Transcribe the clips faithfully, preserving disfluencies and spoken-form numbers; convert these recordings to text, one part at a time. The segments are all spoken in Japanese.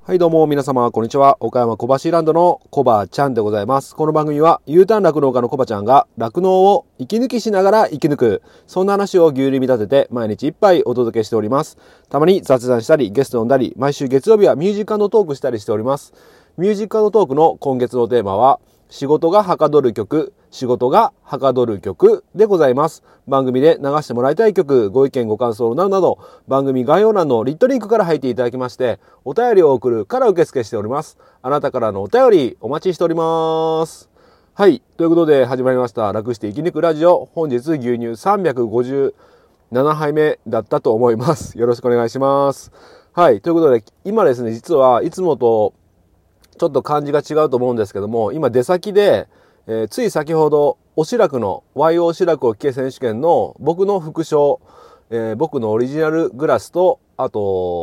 はいどうも皆様こんにちは。岡山小橋ランドのコバちゃんでございます。この番組は U ターン酪農家のコバちゃんが酪農を息抜きしながら生き抜く、そんな話を牛乳に見立てて毎日一杯お届けしております。たまに雑談したりゲスト呼んだり、毎週月曜日はミュージック&トークしたりしております。ミュージック&トークの今月のテーマは仕事がはかどる曲、仕事がはかどる曲でございます。番組で流してもらいたい曲、ご意見ご感想などなど、番組概要欄のリットリンクから入っていただきまして、お便りを送るから受付しております。あなたからのお便りお待ちしております。はい。ということで始まりました。楽して生き抜くラジオ。本日牛乳さんびゃくごじゅうななはいめだったと思います。よろしくお願いします。はい。ということで、今ですね、実はいつもとちょっと感じが違うと思うんですけども、今出先で、えー、つい先ほどおしらくの ワイオー しらくを聞け選手権の僕の副賞、えー、僕のオリジナルグラスとあ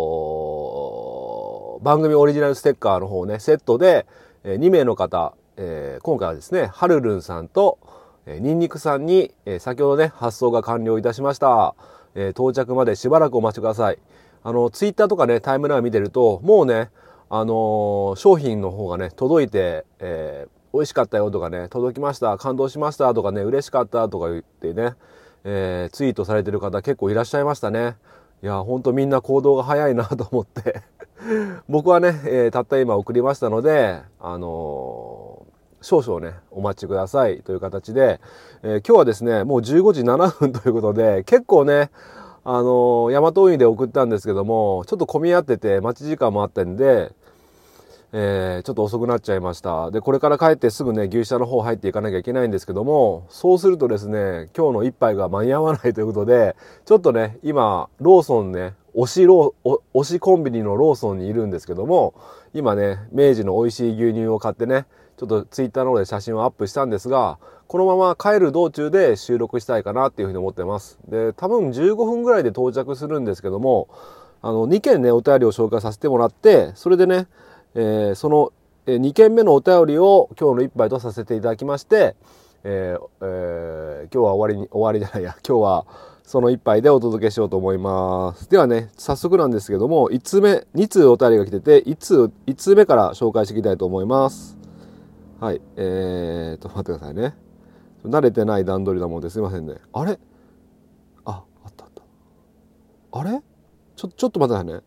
と番組オリジナルステッカーの方ねセットで、えー、にめいの方、えー、今回はですねはるるんさんと、えー、にんにくさんに、えー、先ほどね発送が完了いたしました、えー、到着までしばらくお待ちください。あのツイッターとかねタイムライン見てるともうねあのー、商品の方がね届いて、えー、美味しかったよとかね届きました感動しましたとかね嬉しかったとか言ってね、えー、ツイートされてる方結構いらっしゃいましたね。いやほんとみんな行動が早いなと思って僕はね、えー、たった今送りましたのであのー、少々ねお待ちくださいという形で、えー、今日はですねもうじゅうごじななふんということで結構ねあのー、大和運輸で送ったんですけどもちょっと混み合ってて待ち時間もあったんで、えー、ちょっと遅くなっちゃいました。でこれから帰ってすぐね牛舎の方入っていかなきゃいけないんですけども、そうするとですね今日の一杯が間に合わないということでちょっとね今ローソンね推しロー推しコンビニのローソンにいるんですけども、今ね明治の美味しい牛乳を買ってねちょっとツイッターの方で写真をアップしたんですが、このまま帰る道中で収録したいかなっていうふうに思ってます。で多分じゅうごふんぐらいで到着するんですけども、あのにけんねお便りを紹介させてもらって、それでね、えー、そのにけんめのお便りを今日の一杯とさせていただきまして、えーえー、今日は終わりに終わりじゃないや今日はその一杯でお届けしようと思います。ではね早速なんですけどもいつつめにつうお便りが来てていつつめから紹介していきたいと思います。はい、えーと待ってくださいね。慣れてない段取りなもんですいませんね。あれあ、あったあった。あれちょ、ちょっと待ってくださいね。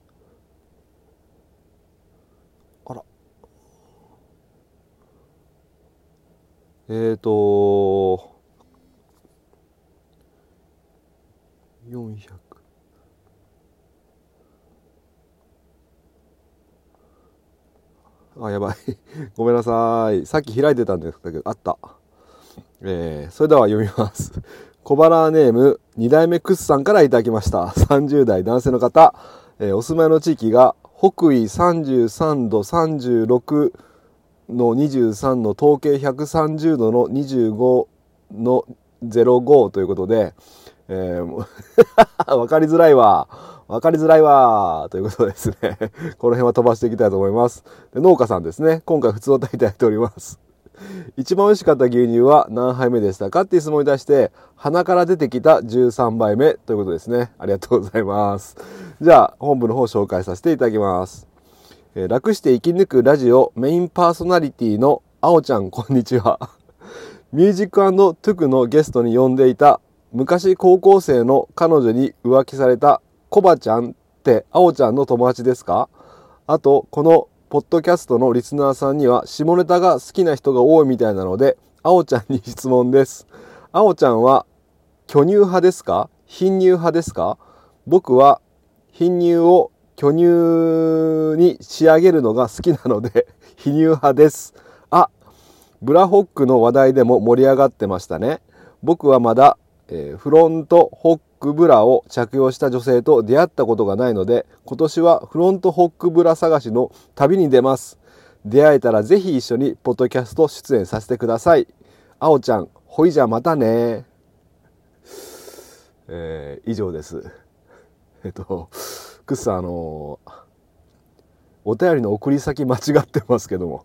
あら。えーとよんひゃく。あ、やばい。ごめんなさい。さっき開いてたんですけど、あった。えー、それでは読みます。小腹ネームに代目クスさんからいただきました。さんじゅう代男性の方、えー、お住まいの地域が北緯さんじゅうさんどさんじゅうろくのにじゅうさんの東経ひゃくさんじゅうどのにじゅうごのゼロごということで、えー、わかりづらいわ。わかりづらいわということですね。この辺は飛ばしていきたいと思います。で農家さんですね。今回普通を炊いていただいております。一番美味しかった牛乳は何杯目でしたかっていう質問に対して鼻から出てきたじゅうさんばいめということですね。ありがとうございます。じゃあ本部の方を紹介させていただきます。えー、楽して生き抜くラジオメインパーソナリティのあおちゃんこんにちは。ミュージック&トゥクのゲストに呼んでいた昔高校生の彼女に浮気されたコバちゃんってあおちゃんの友達ですか？あとこのポッドキャストのリスナーさんには下ネタが好きな人が多いみたいなのであおちゃんに質問です。あおちゃんは巨乳派ですか？貧乳派ですか？僕は貧乳を巨乳に仕上げるのが好きなので貧乳派です。あ、ブラホックの話題でも盛り上がってましたね。僕はまだ、えー、フロントホックブラを着用した女性と出会ったことがないので今年はフロントホックブラ探しの旅に出ます。出会えたらぜひ一緒にポッドキャスト出演させてください。あおちゃんほいじゃまたね。えー、以上です。えっとくっさんあのー、お便りの送り先間違ってますけども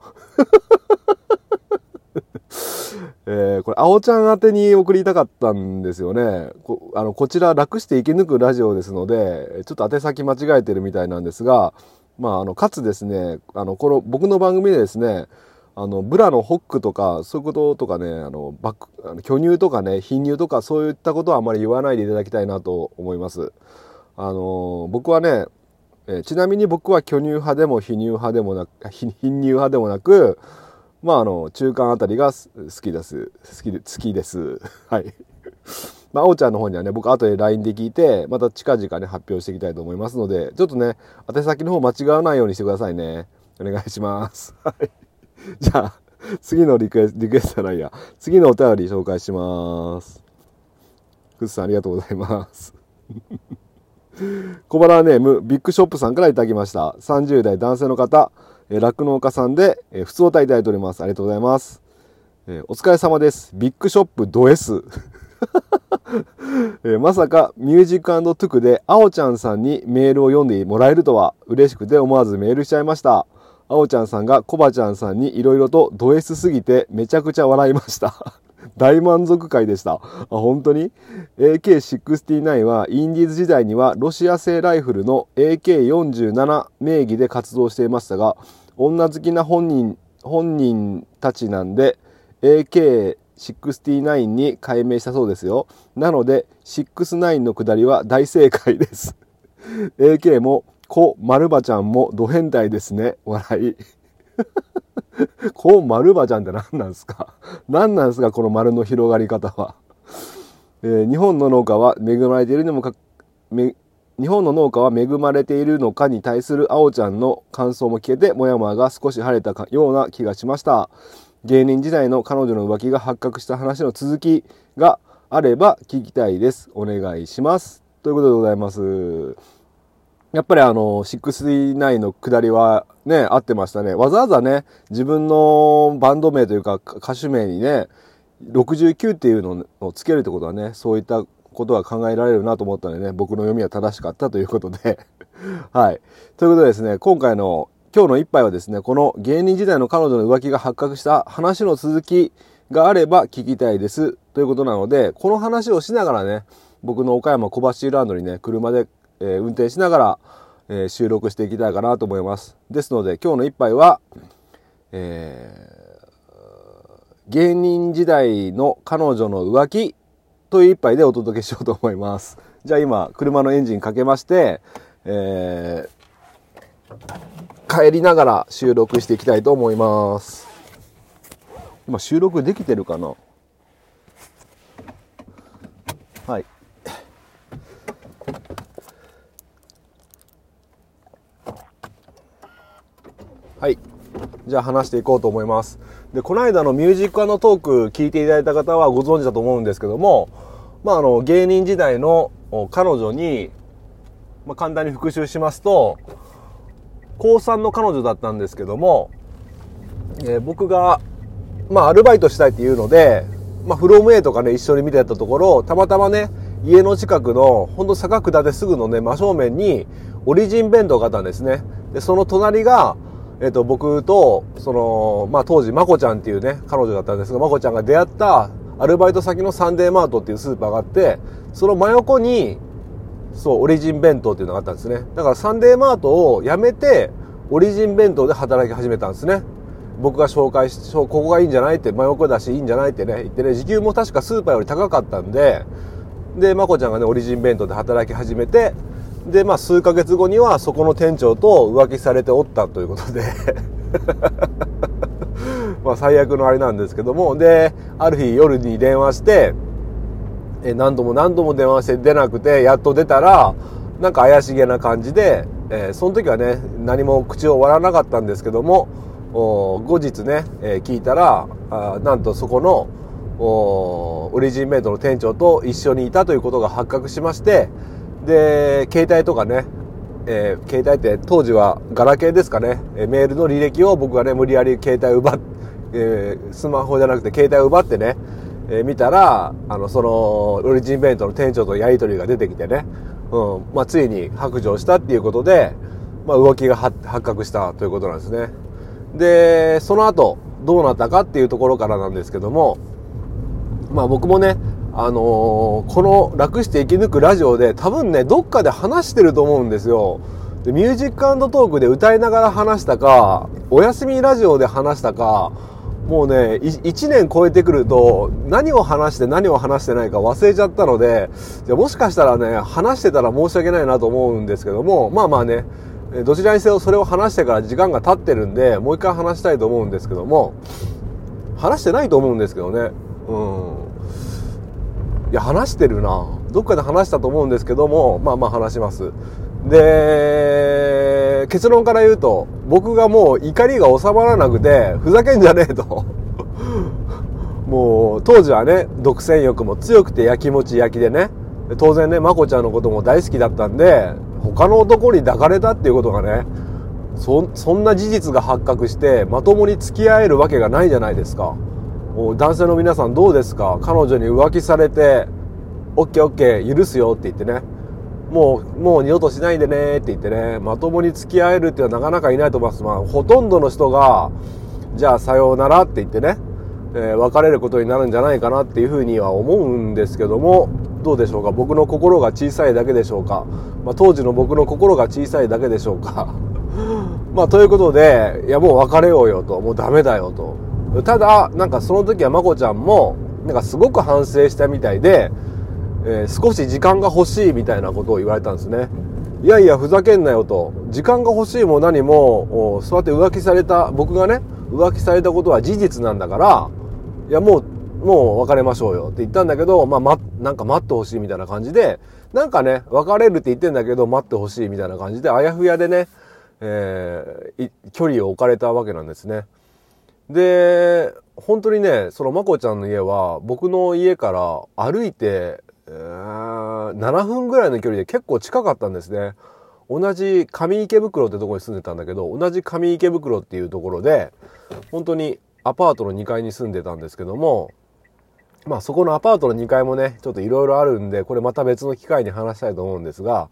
えー、これあおちゃん宛てに送りたかったんですよね。 こ, あのこちら楽して生き抜くラジオですのでちょっと宛先間違えてるみたいなんですが、 まあ、あの、かつですね、あの、この僕の番組でですね、あの、ブラのホックとか、そういうこととかね、あの、バック、あの巨乳とかね、貧乳とか、そういったことはあまり言わないでいただきたいなと思います。あの、僕はね、えちなみに僕は巨乳派でも貧乳派でもなく、貧乳派でもなく、まあ、あの、中間あたりが好きです。好きで、好きです。はい。まあ、あおちゃんの方にはね、僕後で ライン で聞いて、また近々ね、発表していきたいと思いますので、ちょっとね、宛先の方間違わないようにしてくださいね。お願いします。はい。じゃあ、次のリクエスト、リクエストじゃないや。次のお便り紹介します。くずさんありがとうございます。小腹ネーム、ビッグショップさんからいただきました。さんじゅう代男性の方、酪農家さんで、えー、普通お便りいただいております。ありがとうございます。えー、お疲れ様です。ビッグショップド S。えー、まさかミュージック&トゥクであおちゃんさんにメールを読んでもらえるとは嬉しくて思わずメールしちゃいました。あおちゃんさんがコバちゃんさんにいろいろとド S すぎてめちゃくちゃ笑いました。大満足回でした。あ、本当に エーケーろくじゅうきゅう はインディーズ時代にはロシア製ライフルの エーケーよんじゅうなな 名義で活動していましたが、女好きな本人、本人たちなんで エーケーろくじゅうきゅう に改名したそうですよ。なのでろくじゅうきゅうのくだりは大正解です。エーケー もコ・マルバちゃんもド変態ですね。笑い。コ・マルバちゃんって何なんですか？何なんですかこの丸の広がり方は。えー、日本の農家は恵まれているのもか、め日本の農家は恵まれているのかに対するあおちゃんの感想も聞けて、もやもやが少し晴れたような気がしました。芸人時代の彼女の浮気が発覚した話の続きがあれば聞きたいです。お願いします。ということでございます。やっぱりあの、ろくじゅうきゅうの下りはね、合ってましたね。わざわざね、自分のバンド名というか歌手名にね、ろくじゅうきゅうっていうのをつけるってことはね、そういったことが考えられるなと思ったのでね、僕の読みは正しかったということで。はい。ということでですね、今回の今日の一杯はですね、この芸人時代の彼女の浮気が発覚した話の続きがあれば聞きたいですということなので、この話をしながらね、僕の岡山小橋ランドにね、車で、えー、運転しながら、えー、収録していきたいかなと思います。ですので今日の一杯は、えー、芸人時代の彼女の浮気という一杯でお届けしようと思います。じゃあ今車のエンジンかけまして、えー、帰りながら収録していきたいと思います。今収録できてるかな？はい。はい。じゃあ話していこうと思います。で、この間のミュージック&トーク聞いていただいた方はご存知だと思うんですけども、まああの芸人時代の彼女に、まあ、簡単に復習しますと、高さんの彼女だったんですけども、えー、僕がまあアルバイトしたいっていうので、まあフロム A とかね一緒に見てたところ、たまたまね家の近くのほんと坂下ってすぐのね真正面にオリジン弁当があったんですね。でその隣がえっと僕とそのまあ当時まこちゃんっていうね彼女だったんですが、まこちゃんが出会ったアルバイト先のサンデーマートっていうスーパーがあって、その真横にそうオリジン弁当っていうのがあったんですね。だからサンデーマートを辞めてオリジン弁当で働き始めたんですね。僕が紹介し、ここがいいんじゃないって、真横だしいいんじゃないってね言ってね、時給も確かスーパーより高かったんで、でまこちゃんがねオリジン弁当で働き始めて、でまあ数ヶ月後にはそこの店長と浮気されておったということでまあ最悪のあれなんですけども、である日夜に電話してえ何度も何度も電話して出なくて、やっと出たらなんか怪しげな感じで、えー、その時はね何も口を割らなかったんですけども、後日ね、えー、聞いたらあなんとそこのオリジンメイトの店長と一緒にいたということが発覚しまして、で携帯とかね、えー、携帯って当時はガラケーですかね、えー、メールの履歴を僕がね無理やり携帯を奪って、えー、スマホじゃなくて携帯を奪ってね、えー、見たらあのそのオリジンメイトの店長とのやり取りが出てきてね、うんまあ、ついに白状したっていうことで、まあ、浮気が発覚したということなんですね。でその後どうなったかっていうところからなんですけども、まあ僕もねあのー、この楽して生き抜くラジオで多分ねどっかで話してると思うんですよ。 でミュージック&トークで歌いながら話したか、おやすみラジオで話したか、もうね、いちねん超えてくると何を話して何を話してないか忘れちゃったので、じゃもしかしたらね、話してたら申し訳ないなと思うんですけども、まあまあね、どちらにせよそれを話してから時間が経ってるんで、もう一回話したいと思うんですけども、話してないと思うんですけどね。うん。いや、話してるな。どっかで話したと思うんですけども、まあまあ話します。で、結論から言うと、僕がもう怒りが収まらなくて、ふざけんじゃねえと。もう、当時はね、独占欲も強くてやきもち焼きでね、当然ね、まこちゃんのことも大好きだったんで、他の男に抱かれたっていうことがね、そ、そんな事実が発覚して、まともに付き合えるわけがないじゃないですか。男性の皆さんどうですか？彼女に浮気されて、オッケーオッケー許すよって言ってね、もう、もう二度としないでねって言ってね、まともに付き合えるっていうのはなかなかいないと思います。まあ、ほとんどの人が、じゃあさようならって言ってね、えー、別れることになるんじゃないかなっていうふうには思うんですけども、どうでしょうか。僕の心が小さいだけでしょうか。まあ、当時の僕の心が小さいだけでしょうか。まあ、ということで、いやもう別れようよと、もうダメだよと。ただ、なんかその時はまこちゃんも、なんかすごく反省したみたいで、えー、少し時間が欲しいみたいなことを言われたんですね。いやいやふざけんなよと。時間が欲しいも何も、そうやって浮気された、僕がね、浮気されたことは事実なんだから、いやもう、もう別れましょうよって言ったんだけど、まあ、ま、なんか待ってほしいみたいな感じで、なんかね、別れるって言ってんだけど、待ってほしいみたいな感じで、あやふやでね、えー、距離を置かれたわけなんですね。で、本当にね、そのまこちゃんの家は、僕の家から歩いて、えー、ななふんぐらいの距離で結構近かったんですね。同じ上池袋ってところに住んでたんだけど、同じ上池袋っていうところで、本当にアパートのにかいに住んでたんですけども、まあそこのアパートのにかいもね、ちょっといろいろあるんで、これまた別の機会に話したいと思うんですが、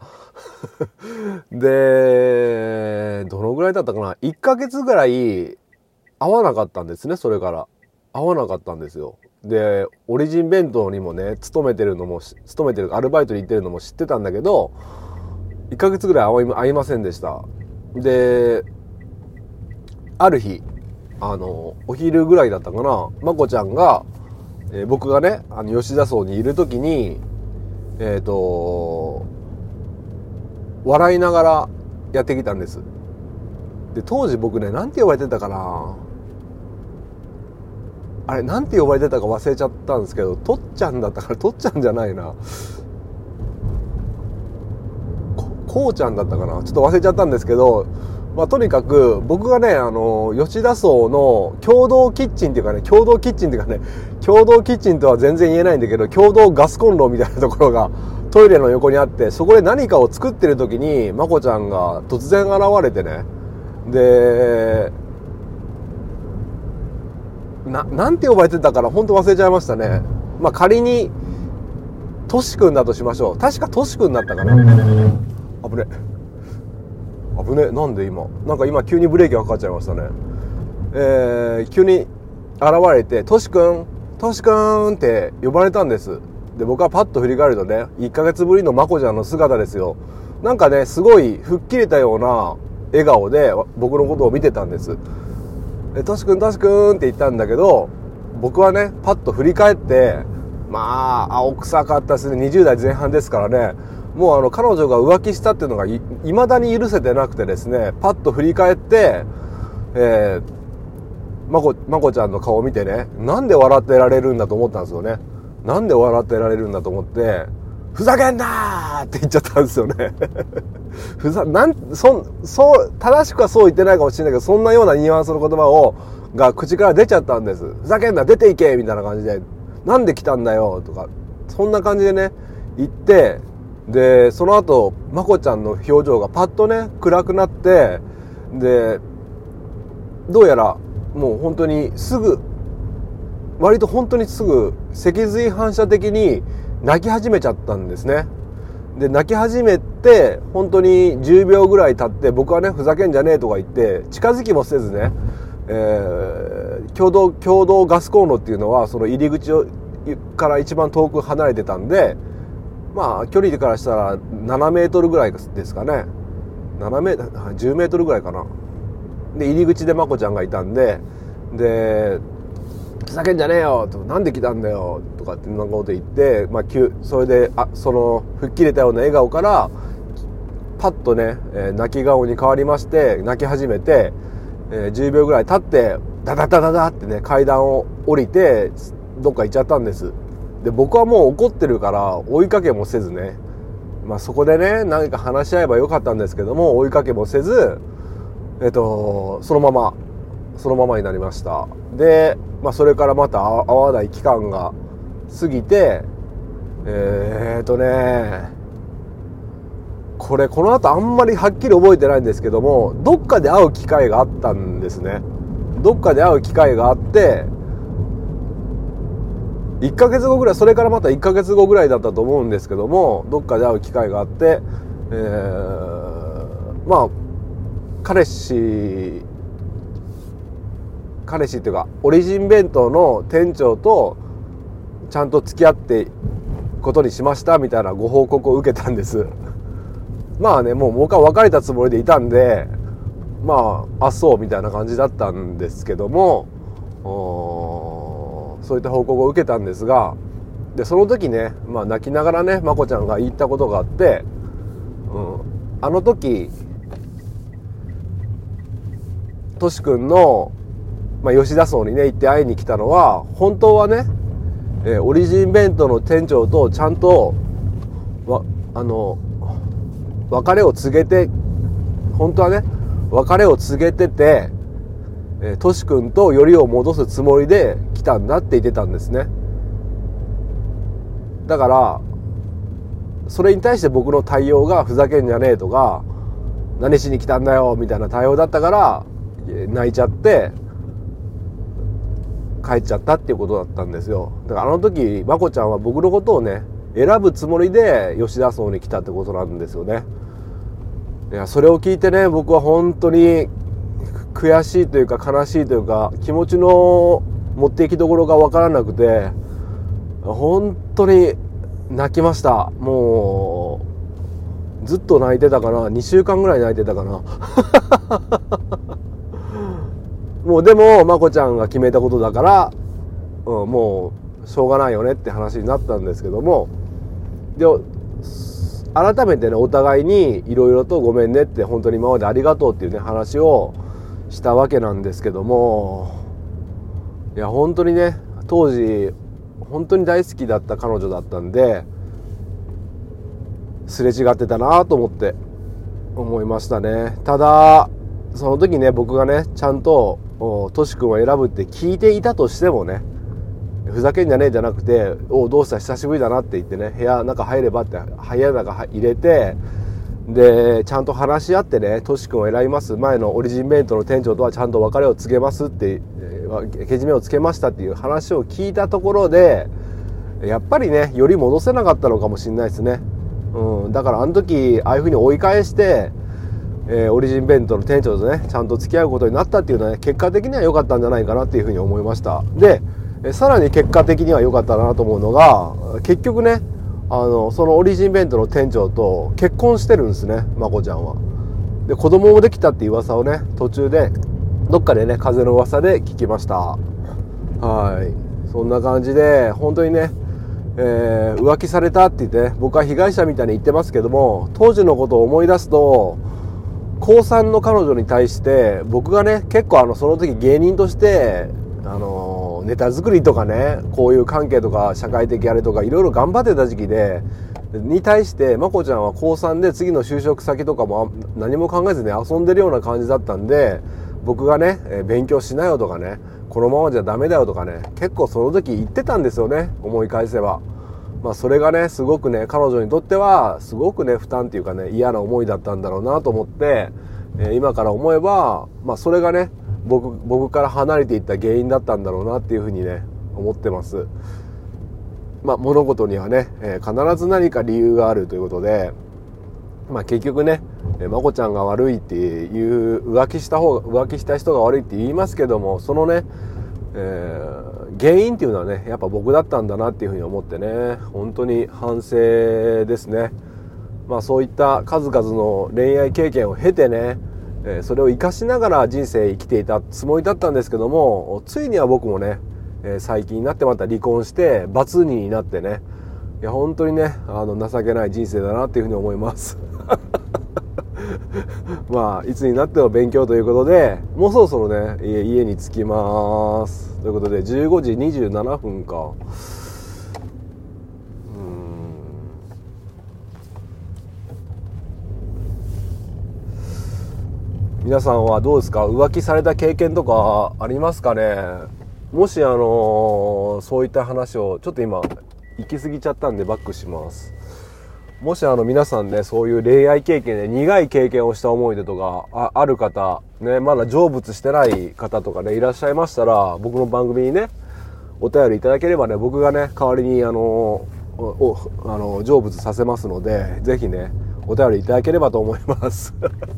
で、どのぐらいだったかな？ いっ ヶ月ぐらい会わなかったんですね、それから。会わなかったんですよ。で、オリジン弁当にもね、勤めてるのも、勤めてる、アルバイトに行ってるのも知ってたんだけど、いっかげつぐらい会い、会いませんでした。で、ある日、あの、お昼ぐらいだったかな、まこちゃんが、えー、僕がね、あの、吉田荘にいるときに、えっと、笑いながらやってきたんです。で、当時僕ね、なんて呼ばれてたかな、あれ、なんて呼ばれてたか忘れちゃったんですけど、とっちゃんだったから、とっちゃんじゃないな。こ、こうちゃんだったかな、ちょっと忘れちゃったんですけど、まあ、とにかく、僕がね、あの、吉田荘の共同キッチンっていうかね、共同キッチンっていうかね、共同キッチンとは全然言えないんだけど、共同ガスコンロみたいなところがトイレの横にあって、そこで何かを作ってる時に、まこちゃんが突然現れてね、で、な、なんて呼ばれてたから本当忘れちゃいましたね。まあ、仮に、トシ君だとしましょう。確かトシ君だったかな。危ね。危ね。なんで今。なんか今急にブレーキがかかっちゃいましたね。えー、急に現れて、トシ君、トシ君って呼ばれたんです。で、僕はパッと振り返るとね、いっかげつぶりのまこちゃんの姿ですよ。なんかね、すごい吹っ切れたような笑顔で僕のことを見てたんです。トシ君トシ君って言ったんだけど、僕はねパッと振り返って、まあ青臭かったですね。にじゅう代前半ですからね、もうあの彼女が浮気したっていうのがい未だに許せてなくてですね、パッと振り返って、えー、まこまこちゃんの顔を見てね、なんで笑ってられるんだと思ったんですよね。なんで笑ってられるんだと思って、ふざけんなーって言っちゃったんですよね。ふざ、なん、そ、そう、正しくはそう言ってないかもしれないけど、そんなようなニュアンスの言葉を、が口から出ちゃったんです。ふざけんな、出ていけみたいな感じで、なんで来たんだよとか、そんな感じでね、言って、で、その後、まこちゃんの表情がパッとね、暗くなって、で、どうやら、もう本当にすぐ、割と本当にすぐ、脊髄反射的に泣き始めちゃったんですね。で、泣き始めて、本当にじゅうびょうぐらい経って、僕はね、ふざけんじゃねえとか言って、近づきもせずね、えー、共同、共同ガスコンロっていうのは、その入り口から一番遠く離れてたんで、まあ、距離からしたらななメートルぐらいですかね。 ななメートルじゅうメートルぐらいかな。で入り口でまこちゃんがいたんで、でふざけんじゃねえよと、なんで来たんだよとかってなんかこと言って、まあ、それであその吹っ切れたような笑顔からパッとね、えー、泣き顔に変わりまして、泣き始めて、えー、じゅうびょうぐらい経ってダダダダダってね階段を降りてどっか行っちゃったんです。で僕はもう怒ってるから追いかけもせずね、まあ、そこでね何か話し合えばよかったんですけども、追いかけもせず、えっとそのままそのままになりました。で、まあ、それからまた会わない期間が過ぎて、えーっとねこれこの後あんまりはっきり覚えてないんですけども、どっかで会う機会があったんですね。どっかで会う機会があって、いっかげつごぐらい、それからまたいっかげつごぐらいだったと思うんですけども、どっかで会う機会があって、えー、まあ彼氏彼氏っていうかオリジン弁当の店長とちゃんと付き合ってことにしましたみたいなご報告を受けたんです。まあね、もう僕は別れたつもりでいたんで、まああそうみたいな感じだったんですけども、そういった報告を受けたんですが、でその時ね、まあ、泣きながらねまこちゃんが言ったことがあって、うん、あの時としくんの、まあ、吉田荘にね行って会いに来たのは、本当はね、えー、オリジン弁当の店長とちゃんとわあの別れを告げて、本当はね別れを告げてて、えー、としくんとよりを戻すつもりで来たんだって言ってたんですね。だからそれに対して僕の対応がふざけんじゃねえとか、何しに来たんだよみたいな対応だったから泣いちゃって帰っちゃったっていうことだったんですよ。だからあの時まこちゃんは僕のことをね選ぶつもりで吉田荘に来たってことなんですよね。いやそれを聞いてね、僕は本当に悔しいというか悲しいというか、気持ちの持っていきどころが分からなくて本当に泣きました。もうずっと泣いてたかな、にしゅうかんぐらい泣いてたかなもうでもまこちゃんが決めたことだから、うん、もうしょうがないよねって話になったんですけども、で改めてねお互いにいろいろとごめんねって、本当に今までありがとうっていうね話をしたわけなんですけども、いや本当にね当時本当に大好きだった彼女だったんで、すれ違ってたなと思って思いましたね。ただその時ね僕がねちゃんととしくんを選ぶって聞いていたとしてもね、ふざけんじゃねえじゃなくて、おどうした久しぶりだなって言ってね、部屋中入ればって部屋中入れて、でちゃんと話し合ってね、としくんを選びます、前のオリジン弁当の店長とはちゃんと別れを告げますって、けじめをつけましたっていう話を聞いたところで、やっぱりねより戻せなかったのかもしれないですね。うん、だからあの時ああいうふうに追い返して、えー、オリジン弁当の店長とねちゃんと付き合うことになったっていうのはね、結果的には良かったんじゃないかなっていうふうに思いました。でさらに結果的には良かったなと思うのが、結局ねあのそのオリジン弁当の店長と結婚してるんですね、まこちゃんは。で子供もできたっていう噂をね途中でどっかでね風の噂で聞きました。はい、そんな感じで本当にね、えー、浮気されたって言ってね、僕は被害者みたいに言ってますけども、当時のことを思い出すと高さんの彼女に対して僕がね結構あのその時芸人としてあのネタ作りとかね、こういう関係とか社会的あれとかいろいろ頑張ってた時期でに対してまこちゃんは高さんで次の就職先とかも何も考えずに遊んでるような感じだったんで、僕がね勉強しなよとかね、このままじゃダメだよとかね、結構その時言ってたんですよね、思い返せば。まあそれがねすごくね彼女にとってはすごくね負担っていうかね嫌な思いだったんだろうなと思って、えー、今から思えばまあそれがね僕僕から離れていった原因だったんだろうなっていうふうにね思ってます。まあ物事にはね、えー、必ず何か理由があるということで、まあ結局ねまこちゃんが悪いっていう浮気した方が浮気した人が悪いって言いますけども、そのね、えー、原因っていうのはねやっぱ僕だったんだなっていうふうに思ってね、本当に反省ですね。 まあそういった数々の恋愛経験を経てね、えー、それを生かしながら人生生きていたつもりだったんですけども、ついには僕もね、えー、最近になってまた離婚してバツになってね、いや本当にね、あの情けない人生だなっていうふうに思いますまあいつになっても勉強ということで、もうそろそろね家に着きますということで、じゅうごじにじゅうななふんか。うーん皆さんはどうですか？浮気された経験とかありますかね？もしあのそういった話をちょっと今行き過ぎちゃったんでバックします。もしあの皆さんね、そういう恋愛経験で苦い経験をした思い出とか あ, ある方ね、まだ成仏してない方とかねいらっしゃいましたら、僕の番組にねお便りいただければね、僕がね代わりにあのおあの成仏させますので、ぜひねお便りいただければと思います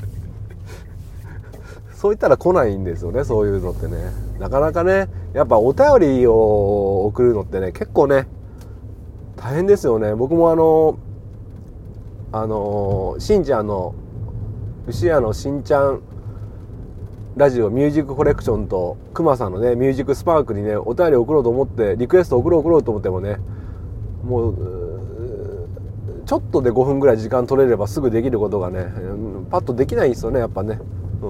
そう言ったら来ないんですよね、そういうのってね。なかなかね、やっぱお便りを送るのってね結構ね大変ですよね。僕もあのあのしんちゃんの牛屋のしんちゃんラジオミュージックコレクションとくまさんのねミュージックスパークにねお便り送ろうと思って、リクエスト送ろう送ろうと思ってもね、もうちょっとでごふんぐらい時間取れればすぐできることがねパッとできないんですよね、やっぱね。うん、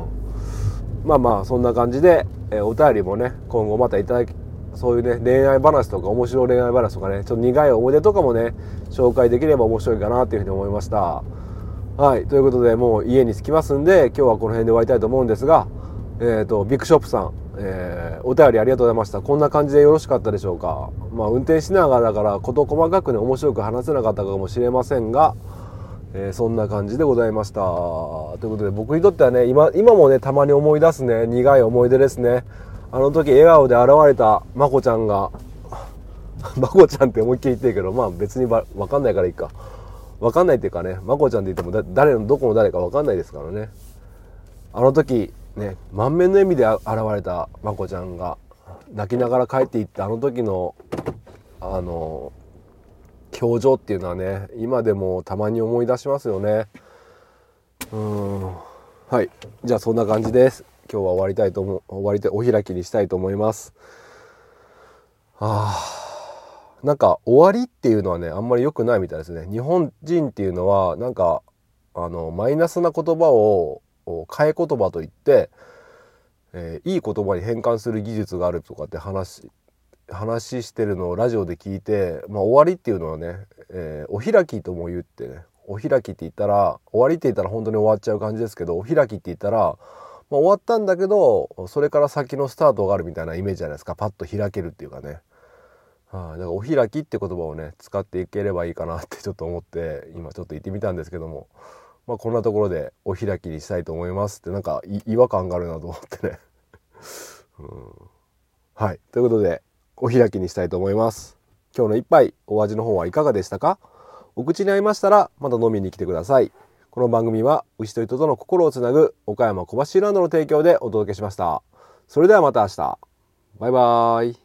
まあまあそんな感じで、えー、お便りもね今後またいただき、そういうね恋愛話とか面白い恋愛話とかね、ちょっと苦い思い出とかもね紹介できれば面白いかなというふうに思いました。はい、ということでもう家に着きますんで、今日はこの辺で終わりたいと思うんですが、えーとビッグショップさん、えー、お便りありがとうございました。こんな感じでよろしかったでしょうか。まあ運転しながらだから事細かくね面白く話せなかったかもしれませんが、えー、そんな感じでございました。ということで僕にとってはね、今今もねたまに思い出すね苦い思い出ですね。あの時笑顔で現れたまこちゃんがまこちゃんって思いっきり言ってるけど、まあ別にわかんないからいいか。わかんないっていうかね、まこちゃんって言ってもだ誰のどこの誰かわかんないですからね。あの時ね、満面の笑みで現れたまこちゃんが泣きながら帰っていったあの時のあの表情っていうのはね、今でもたまに思い出しますよね。うーん、はい、じゃあそんな感じです。今日は終わりたいと思う終わりてお開きにしたいと思います。あー、なんか終わりっていうのはねあんまり良くないみたいですね。日本人っていうのはなんかあのマイナスな言葉を替え言葉といって、えー、いい言葉に変換する技術があるとかって話話してるのをラジオで聞いて、まあ、終わりっていうのはね、えー、お開きとも言ってね、お開きって言ったら終わりって言ったら本当に終わっちゃう感じですけど、お開きって言ったら、まあ、終わったんだけどそれから先のスタートがあるみたいなイメージじゃないですか。パッと開けるっていうかね。はあ、だからお開きって言葉をね使っていければいいかなってちょっと思って今ちょっと言ってみたんですけども、まあ、こんなところでお開きにしたいと思いますって、なんか違和感があるなと思ってね、うん、はい、ということでお開きにしたいと思います。今日の一杯お味の方はいかがでしたか？お口に合いましたらまた飲みに来てください。この番組は牛と人との心をつなぐ岡山小橋ランドの提供でお届けしました。それではまた明日。バイバーイ。